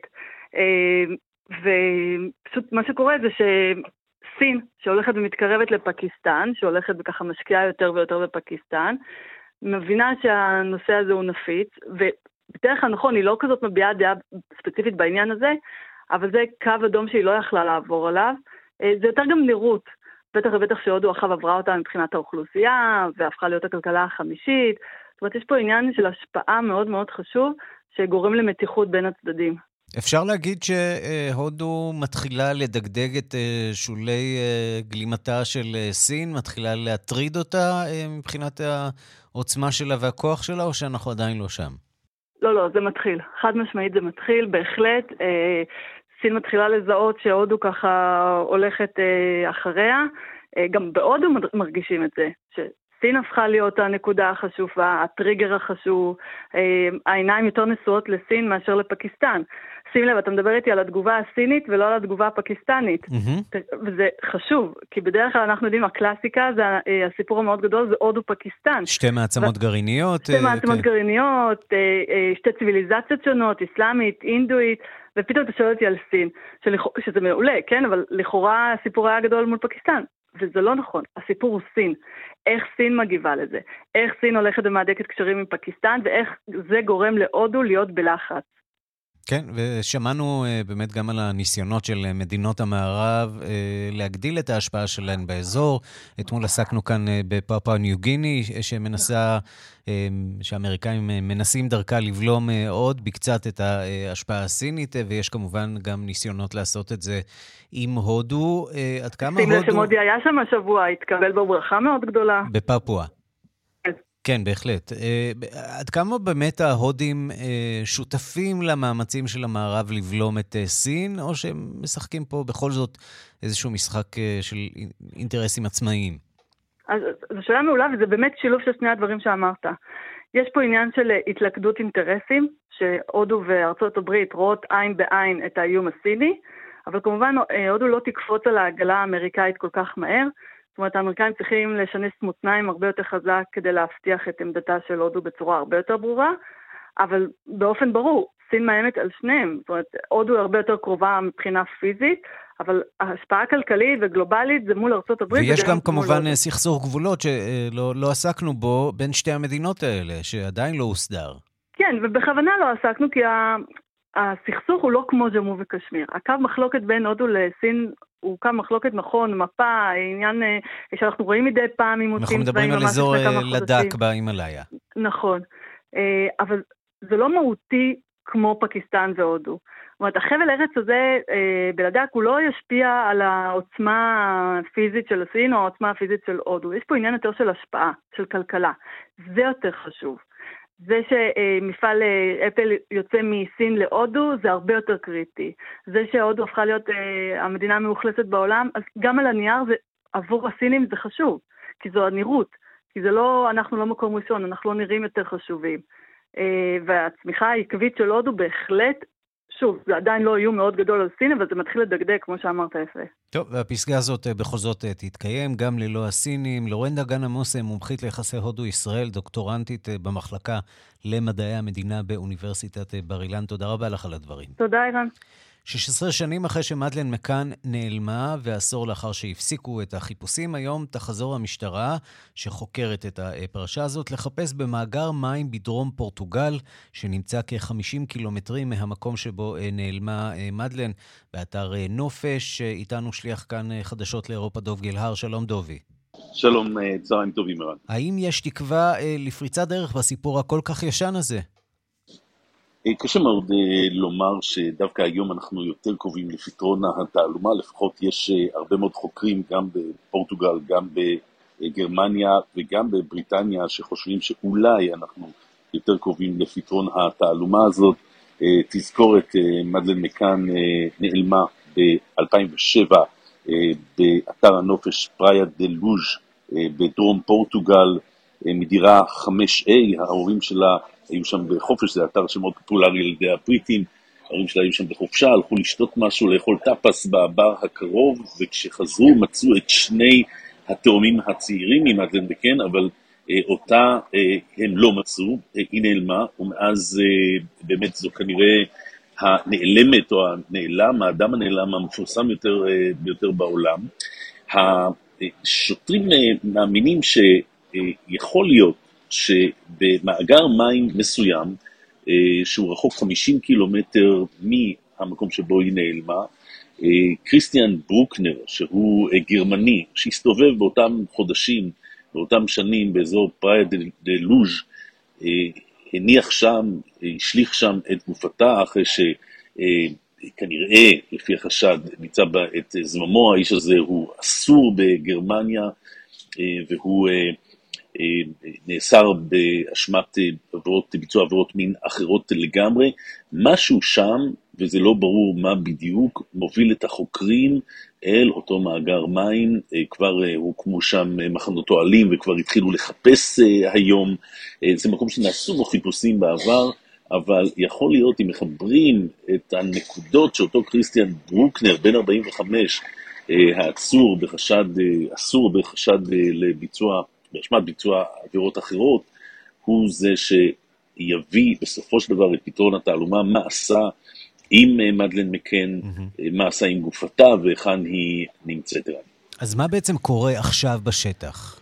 S10: ופשוט מה שקורה זה שסין, שהולכת ומתקרבת לפקיסטן, שהולכת וככה משקיעה יותר ויותר בפקיסטן, מבינה שהנושא הזה הוא נפיץ, ובדרך הנכון היא לא כזאת מביעה דעה ספציפית בעניין הזה, אבל זה קו אדום שהיא לא יכלה לעבור עליו. זה יותר גם נראות, בטח ובטח שהודו אחר עברה אותה מבחינת האוכלוסייה, והפכה להיות הכלכלה החמישית. זאת אומרת, יש פה עניין של השפעה מאוד מאוד חשוב, שגורם למתיחות בין הצדדים.
S1: אפשר להגיד שהודו מתחילה לדגדג את שולי גלימתה של סין, מתחילה להטריד אותה מבחינת העוצמה שלה והכוח שלה, או שאנחנו עדיין לא שם?
S10: לא, זה מתחיל. חד משמעית זה מתחיל, בהחלט. סין מתחילה לזהות שהודו ככה הולכת אחריה. גם בהודו מרגישים את זה, סין הפכה להיות הנקודה החשובה, הטריגר החשוב, העיניים יותר נשואות לסין מאשר לפקיסטן. שים לב, אתה מדבר איתי על התגובה הסינית ולא על התגובה הפקיסטנית. וזה חשוב, כי בדרך כלל אנחנו יודעים, הקלאסיקה, זה הסיפור המאוד גדול, זה הודו-פקיסטן.
S1: שתי מעצמות גרעיניות.
S10: שתי מעצמות גרעיניות, שתי ציוויליזציות שונות, אסלאמית, אינדואית, ופתאום אתה שואל אותי על סין, שזה מעולה, כן? אבל לכאורה הסיפור היה גדול מול פקיסטן. וזה לא נכון, הסיפור הוא סין. איך סין מגיבה לזה? איך סין הולכת ומהדקת קשרים עם פקיסטן, ואיך זה גורם להודו להיות בלחץ.
S1: כן, ושמענו באמת גם על הניסיונות של מדינות המערב להגדיל את ההשפעה שלהן באזור. אתמול עסקנו כאן בפאפואה ניו גיני, שהאמריקאים מנסים דרכה לבלום עוד בקצת את ההשפעה הסינית, ויש כמובן גם ניסיונות לעשות את זה עם הודו. עד כמה הודו...
S10: שים שמודי היה שם השבוע, התקבל בו ברכה מאוד גדולה.
S1: בפאפואה. כן, בהחלט. עד כמה באמת ההודים שותפים למאמצים של המערב לבלום את סין, או שהם משחקים פה בכל זאת איזשהו משחק של אינטרסים עצמאיים?
S10: אז זו שאלה מעולה, וזה באמת שילוב של שני הדברים שאמרת. יש פה עניין של התלכדות אינטרסים, שהודו וארצות הברית רואות עין בעין את האיום הסיני, אבל כמובן הודו לא תקפוץ על העגלה האמריקאית כל כך מהר, זאת אומרת, האמריקאים צריכים לשנס מותניים הרבה יותר חזק כדי להבטיח את עמדתה של הודו בצורה הרבה יותר ברורה, אבל באופן ברור, סין מאיימת על שניהם. זאת אומרת, הודו הרבה יותר קרובה מבחינה פיזית, אבל ההשפעה הכלכלית וגלובלית זה מול ארצות הברית.
S1: ויש גם כמובן סכסוך גבולות שלא עסקנו בו בין שתי המדינות האלה, שעדיין לא הוסדר.
S10: כן, ובכוונה לא עסקנו, כי הסכסוך הוא לא כמו ג'מו וקשמיר. הקו מחלוקת בין הודו לסין הוא קו מחלוקת נכון, מפה, עניין שאנחנו רואים מדי פעם עימותים.
S1: אנחנו מדברים על אזור לדק בהימאליה.
S10: נכון, אבל זה לא מהותי כמו פקיסטן והודו. זאת אומרת, החבל ארץ הזה בלדק הוא לא ישפיע על העוצמה הפיזית של הסין או העוצמה הפיזית של הודו. יש פה עניין יותר של השפעה, של כלכלה. זה יותר חשוב. זה שמפעל אפל יוצא מסין להודו, זה הרבה יותר קריטי. זה שהודו הפכה להיות המדינה המאוכלסת בעולם, אז גם על הנייר זה, עבור הסינים זה חשוב, כי זו הנראות, כי זה לא, אנחנו לא מקום ראשון, אנחנו לא נראים יותר חשובים. והצמיחה העקבית של הודו בהחלט, שוב, זה עדיין לא איום מאוד גדול על סין, אבל זה מתחיל לדגדג, כמו שאמרת יפה.
S1: טוב, והפסגה הזאת בכל זאת תתקיים, גם ללא הסינים. לורן דגן עמוס, מומחית ליחסי הודו-ישראל, דוקטורנטית במחלקה למדעי המדינה באוניברסיטת בר אילן. תודה רבה לך על הדברים.
S10: תודה, אירן.
S1: 16 שנים אחרי שמדלן מקאן נעלמה, ועשור לאחר שהפסיקו את החיפושים, היום תחזור המשטרה שחוקרת את הפרשה הזאת לחפש במאגר מים בדרום פורטוגל, שנמצא כ-50 קילומטרים מהמקום שבו נעלמה מדלן, באתר נופש. איתנו שליח כאן חדשות לאירופה דוב גילהר. שלום דובי.
S11: שלום, צהריים טובים ערן.
S1: האם יש תקווה לפריצת דרך בסיפור הכל כך ישן הזה?
S11: קשה מאוד לומר שדווקא היום אנחנו יותר קרובים לפתרון התעלומה, לפחות יש הרבה מאוד חוקרים גם בפורטוגל, גם בגרמניה וגם בבריטניה שחושבים שאולי אנחנו יותר קרובים לפתרון התעלומה הזאת. תזכורת, מדלן מקאן נעלמה ב-2007 באתר הנופש פראיה דה לוז' בדרום פורטוגל מדירה 5A, ההורים שלה היו שם בחופש, זה אתר שמאוד פופולרי על ידי הבריטים, ההורים שלה היו שם בחופשה, הלכו לשתות משהו, לאכול טאפס בבר הקרוב, וכשחזרו מצאו את שני התאומים הצעירים ממדלן מקאן, אבל אותה הם לא מצאו, היא נעלמה, ומאז באמת זו כנראה הנעלמת או הנעלם, האדם הנעלם המפורסם ביותר בעולם. השוטרים מאמינים שיכול להיות שבמאגר מים מסוים, שהוא רחוק 50 קילומטר מהמקום שבו היא נעלמה, קריסטיאן ברוקנר, שהוא גרמני, שהסתובב באותם חודשים, באותם שנים באזור פראיה דה לוז', הניח שם, השליך שם את גופתה, אחרי שכנראה, לפי החשד, ניצב בה את זממו. האיש הזה הוא אסור בגרמניה, והוא נאסר באשמת ביצוע עבירות מין אחרות לגמרי. משהו שם, וזה לא ברור מה בדיוק, מוביל את החוקרים אל אותו מאגר מים. כבר הוקמו שם מחנות אוהלים וכבר התחילו לחפש היום. זה מקום שנעשו בו חיפושים בעבר, אבל יכול להיות אם מחברים את הנקודות שאותו קריסטיאן ברוקנר, בן 45, העצור אסור בחשד באשמת ביצוע עבירות אחרות, הוא זה שיביא בסופו של דבר את פתרון התעלומה, מה עשה עם מדלן מקאן, מה עשה עם גופתה והיכן היא נמצאת.
S1: אז מה בעצם קורה עכשיו בשטח?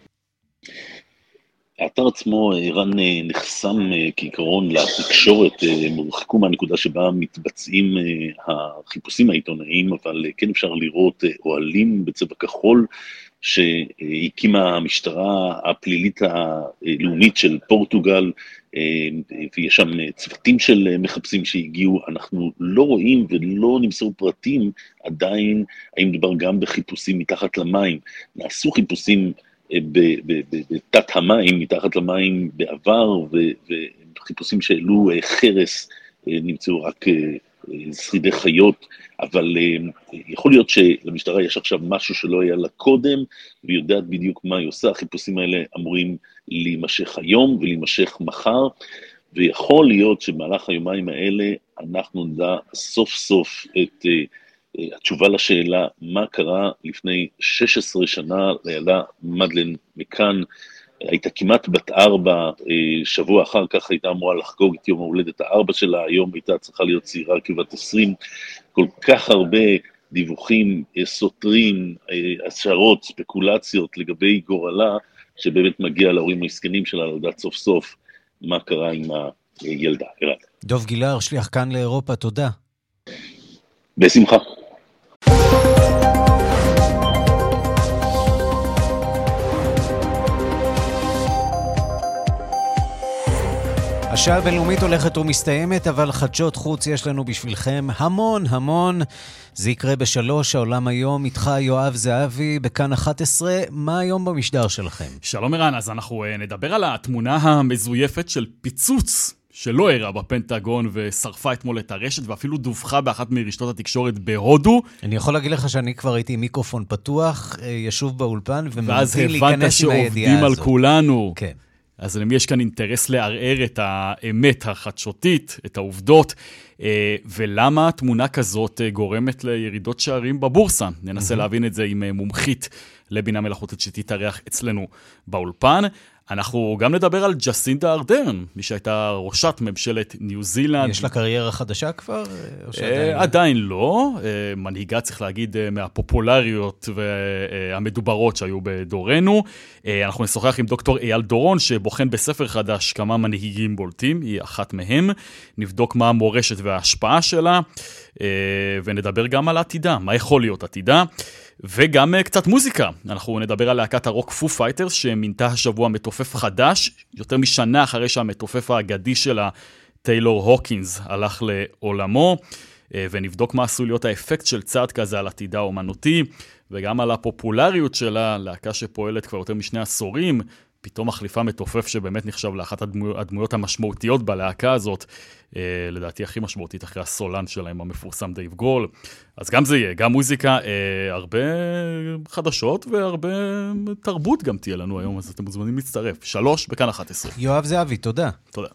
S11: האתר עצמו, ערן, נחסם כעיקרון לתקשורת, מורחקו מהנקודה שבה מתבצעים החיפושים העיתונאיים, אבל כן אפשר לראות אוהלים בצבע כחול, שהקימה המשטרה הפלילית הלאומית של פורטוגל, ויש שם צוותים של מחפשים שהגיעו. אנחנו לא רואים ולא נמסרו פרטים עדיין, האם מדובר גם בחיפושים מתחת למים. נעשו חיפושים בתת המים, מתחת למים בעבר, וחיפושים שאלו חרס, נמצאו רק שרידי חיות, אבל יכול להיות שלמשטרה יש עכשיו משהו שלא היה לה קודם, והיא יודעת בדיוק מה היא עושה. החיפושים האלה אמורים להימשך היום ולהימשך מחר, ויכול להיות שבמהלך היומיים האלה אנחנו נדע סוף סוף את התשובה לשאלה מה קרה לפני 16 שנה לילדה מדלן מקאן. הייתה כמעט בת 4, שבוע אחר כך הייתה אמורה לחגוג את יום ההולדת 4 שלה, היום הייתה צריכה להיות צעירה כבת 20, כל כך הרבה דיווחים סותרים, השערות, ספקולציות לגבי גורלה, שבאמת מגיע להורים המסכנים שלה לדעת סוף סוף מה קרה עם הילדה.
S1: דוב גילהר, שליח כאן לאירופה, תודה.
S11: בשמחה.
S1: השעה הבינלאומית הולכת ומסתיימת, אבל חדשות חוץ יש לנו בשבילכם המון. זה יקרה ב3, העולם היום, איתך יואב זהבי, בכאן 11. מה היום במשדר שלכם?
S12: שלום ערן, אז אנחנו נדבר על התמונה המזויפת של פיצוץ שלא הראה בפנטגון ושרפה אתמול את הרשת, ואפילו דווחה באחת מרשתות התקשורת בהודו. אני
S1: יכול להגיד לך שאני כבר הייתי עם מיקרופון פתוח, ישוב באולפן,
S12: ואז הבנת שעובדים על כולנו. כן. אז למי יש כאן אינטרס לערער את האמת החדשותית, את העובדות, ולמה תמונה כזאת גורמת לירידות שערים בבורסה? ננסה להבין את זה עם מומחית לבינה מלאכותית שתתארח אצלנו באולפן. אנחנו גם נדבר על ג'סינדה ארדרן, מי שהייתה ראשת ממשלת ניו זילנד.
S1: יש לה קריירה חדשה כבר?
S12: עדיין לא. מנהיגה, צריך להגיד, מהפופולריות והמדוברות שהיו בדורנו. אנחנו נשוחח עם דוקטור אייל דורון, שבוחן בספר חדש כמה מנהיגים בולטים, היא אחת מהם. נבדוק מה המורשת וההשפעה שלה, ונדבר גם על עתידה, מה יכול להיות עתידה. וגם קצת מוזיקה. אנחנו נדבר על להקת הרוק פו פייטרס, שמינתה השבוע מתופף חדש, יותר משנה אחרי שהמתופף האגדי שלה, טיילור הוקינס, הלך לעולמו, ונבדוק מה עשוי להיות האפקט של צעד כזה על עתידה אומנותי, וגם על הפופולריות שלה, להקה שפועלת כבר יותר משני עשורים, פתאום מחליפה מתופף שבאמת נחשב לאחת הדמויות המשמעותיות בלהקה הזאת, לדעתי הכי משמעותית אחרי הסולן שלהם המפורסם דייב גרול. אז גם זה יהיה, גם מוזיקה, הרבה חדשות והרבה תרבות גם תהיה לנו היום, אז אתם מוזמנים להצטרף. 3 בכאן 11.
S1: יואב זהבי, תודה.
S12: תודה.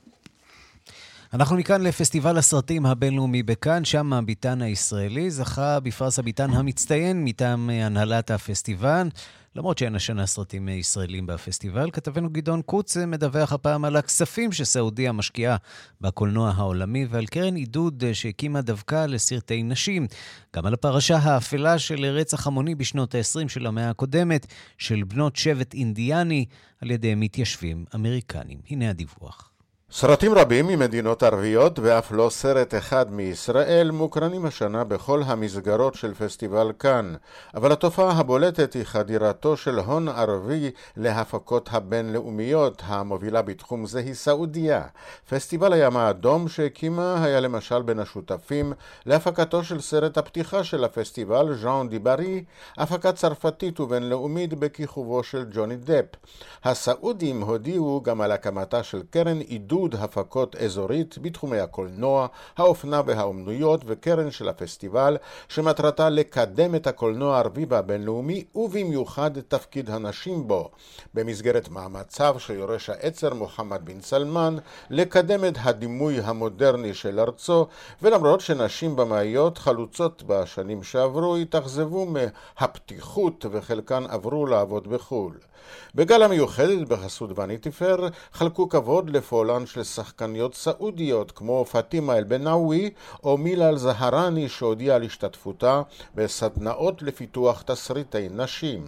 S1: אנחנו מכאן לפסטיבל הסרטים הבינלאומי בכאן, שם הביטן הישראלי זכה בפרס הביטן המצטיין מטעם הנהלת הפסטיבל. למרות שאין השנה סרטים ישראלים בפסטיבל, כתבנו גדעון קוץ מדווח הפעם על הכספים שסעודיה משקיעה בקולנוע העולמי, ועל קרן עידוד שהקימה דווקא לסרטי נשים. גם על הפרשה האפלה של רצח המוני בשנות ה-20 של המאה הקודמת, של בנות שבט אינדיאני על ידי מתיישבים אמריקנים. הנה הדיווח.
S13: סרטים רבים ממדינות ערביות ואף לא סרט אחד מישראל מוקרנים השנה בכל המסגרות של פסטיבל כאן, אבל התופעה הבולטת היא חדירתו של הון ערבי להפקות הבינלאומיות. המובילה בתחום זה היא סעודיה. פסטיבל הים האדום שהקימה היה למשל בין השותפים להפקתו של סרט הפתיחה של הפסטיבל, ז'אן די ברי, הפקה צרפתית ובינלאומית בכיכובו של ג'וני דפ. הסעודים הודיעו גם על הקמתה של קרן עידוד הפקות אזורית בתחומי הקולנוע, האופנה והאומנויות וקרן של הפסטיבל, שמטרתה לקדם את הקולנוע הערבי והבינלאומי ובמיוחד תפקיד הנשים בו, במסגרת מאמציו של יורש העצר מוחמד בן סלמן לקדם את הדימוי המודרני של ארצו, ולמרות שנשים במאיות חלוצות בשנים שעברו התאכזבו מהפתיחות וחלקן עברו לעבוד בחו"ל. בגלה מיוחדת בחסות וניטי פייר חלקו כבוד לפעולן של שחקניות סעודיות כמו פאטימה אל-בנאווי או מילה אל-זהרני שהודיעה על השתתפותה בסדנאות לפיתוח תסריטי נשים.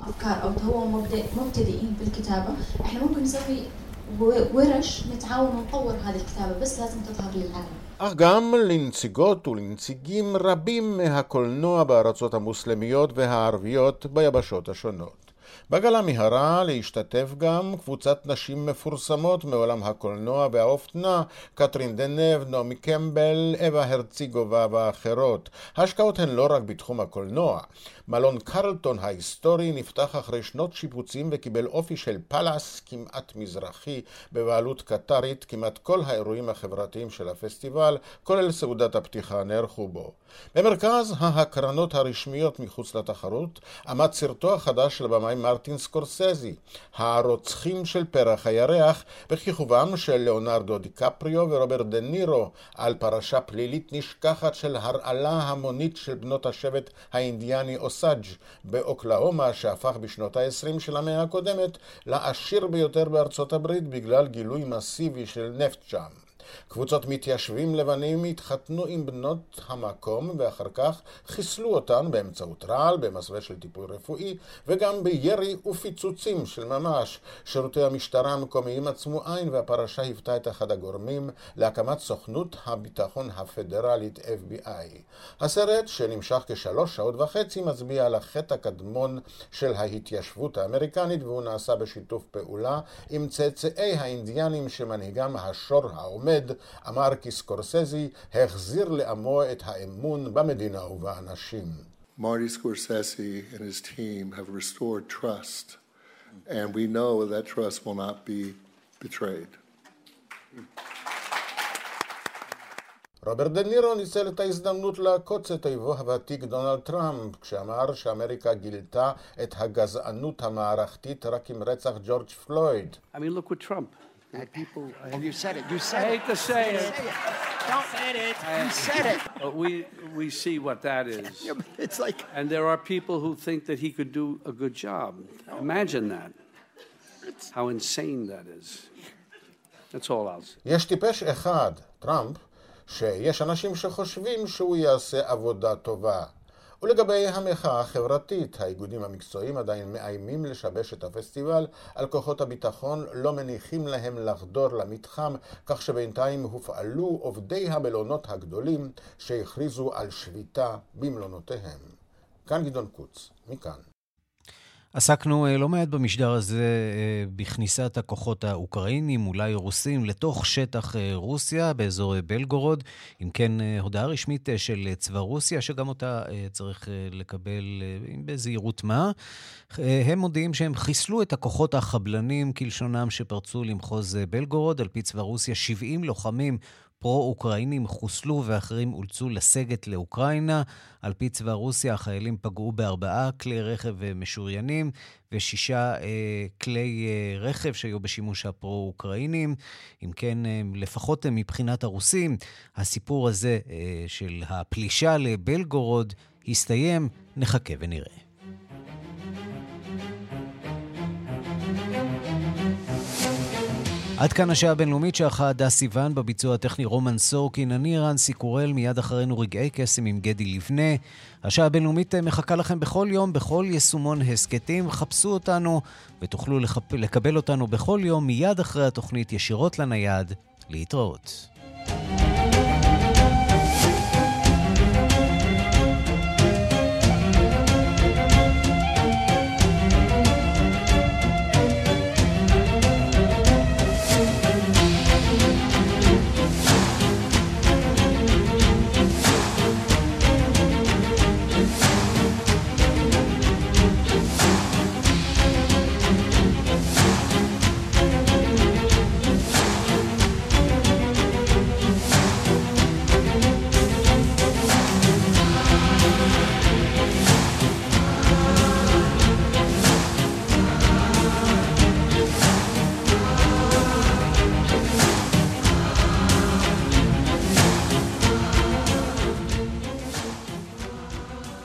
S13: אך גם לנציגות ולנציגים רבים מהקולנוע בארצות המוסלמיות והערביות ביבשות השונות. בגלה מהרה להשתתף גם קבוצת נשים מפורסמות מעולם הקולנוע והאופנה, קטרין דנב, נעמי קמבל, אווה הרציגובה ואחרות. ההשקעות הן לא רק בתחום הקולנוע. מלון קרלטון ההיסטורי נפתח אחרי שנות שיפוצים וקיבל אופי של פלאס כמעט מזרחי בבעלות קטרית. כמעט כל האירועים החברתיים של הפסטיבל, כולל סעודת הפתיחה, נערכו בו. במרכז ההקרנות הרשמיות מחוץ לתחרות עמד סרטו החדש של הבמאי מרטין סקורסזי, הרוצחים של פרח הירח, בכיכובם של ליאונרדו דיקפריו ורוברט דה נירו, על פרשה פלילית נשכחת של הרעלה המונית של בנות השבט האינדיאני אוסאג' באוקלהומה, שהפך בשנות ה-20 של המאה הקודמת לעשיר ביותר בארצות הברית בגלל גילוי מסיבי של נפט שם. קבוצות מתיישבים לבנים התחתנו עם בנות המקום ואחר כך חיסלו אותן באמצעות רעל, במסווה של טיפול רפואי וגם בירי ופיצוצים של ממש. שירותי המשטרה המקומיים עצמו עין, והפרשה היוותה את אחד הגורמים להקמת סוכנות הביטחון הפדרלית FBI. הסרט, שנמשך כ3.5 שעות, מצביע על החטא הקדמון של ההתיישבות האמריקנית, והוא נעשה בשיתוף פעולה עם צאצאי האינדיאנים שמנהיגם השור העומד, אמר כי סקורסזי החזיר לעמו את האמון במדינה ובאנשים.
S14: Marty Scorsese and his team have restored trust, and we know that trust will not be betrayed.
S13: רוברט דה נירו ניצל את ההזדמנות לעקוץ את אויבו הוותיק דונלד טראמפ, כשאמר שאמריקה גילתה את הגזענות המערכתית רק עם רצח ג'ורג' פלויד.
S15: I mean, look with Trump. People,
S16: you said it. You said it.
S15: I hate to say it.
S16: Don't say it. You said it.
S15: But we see what that is.
S16: Yeah, but it's like.
S15: And there are people who think that he could do a good job. Imagine that. how insane that is. That's all I'll say.
S13: יש טיפש אחד, טראמפ, שיש אנשים שחושבים שהוא יעשה עבודה טובה. ולגבי המחאה החברתית, האיגודים המקצועיים עדיין מאיימים לשבש את הפסטיבל, על כוחות הביטחון לא מניחים להם לחדור למתחם, כך שבינתיים הופעלו עובדי המלונות הגדולים שהכריזו על שביתה במלונותיהם. כאן גדעון קוץ, מכאן.
S1: עסקנו לא מעט במשדר הזה בכניסת הכוחות האוקראינים, אולי רוסים, לתוך שטח רוסיה באזור בלגורוד. אם כן, הודעה רשמית של צבא רוסיה, שגם אותה צריך לקבל בזהירות מה. הם מודיעים שהם חיסלו את הכוחות החבלנים כלשונם שפרצו למחוז בלגורוד. על פי צבא רוסיה, 70 לוחמים פרו-אוקראינים חוסלו ואחרים אולצו לסגת לאוקראינה. על פי צבא רוסיה, החיילים פגעו ב4 כלי רכב משוריינים ו6 כלי רכב שהיו בשימוש הפרו-אוקראינים. אם כן, לפחות מבחינת הרוסים, הסיפור הזה של הפלישה לבלגורוד הסתיים, נחכה ונראה. עד כאן השעה הבינלאומית שערכה הדס סיוון, בביצוע הטכני רומן סורקין, אני רנסי קורל, מיד אחרינו רגעי קסם עם גדי לבנה. השעה הבינלאומית מחכה לכם בכל יום, בכל יישומון הסקטים, חפשו אותנו ותוכלו לקבל אותנו בכל יום מיד אחרי התוכנית ישירות לנייד. להתראות.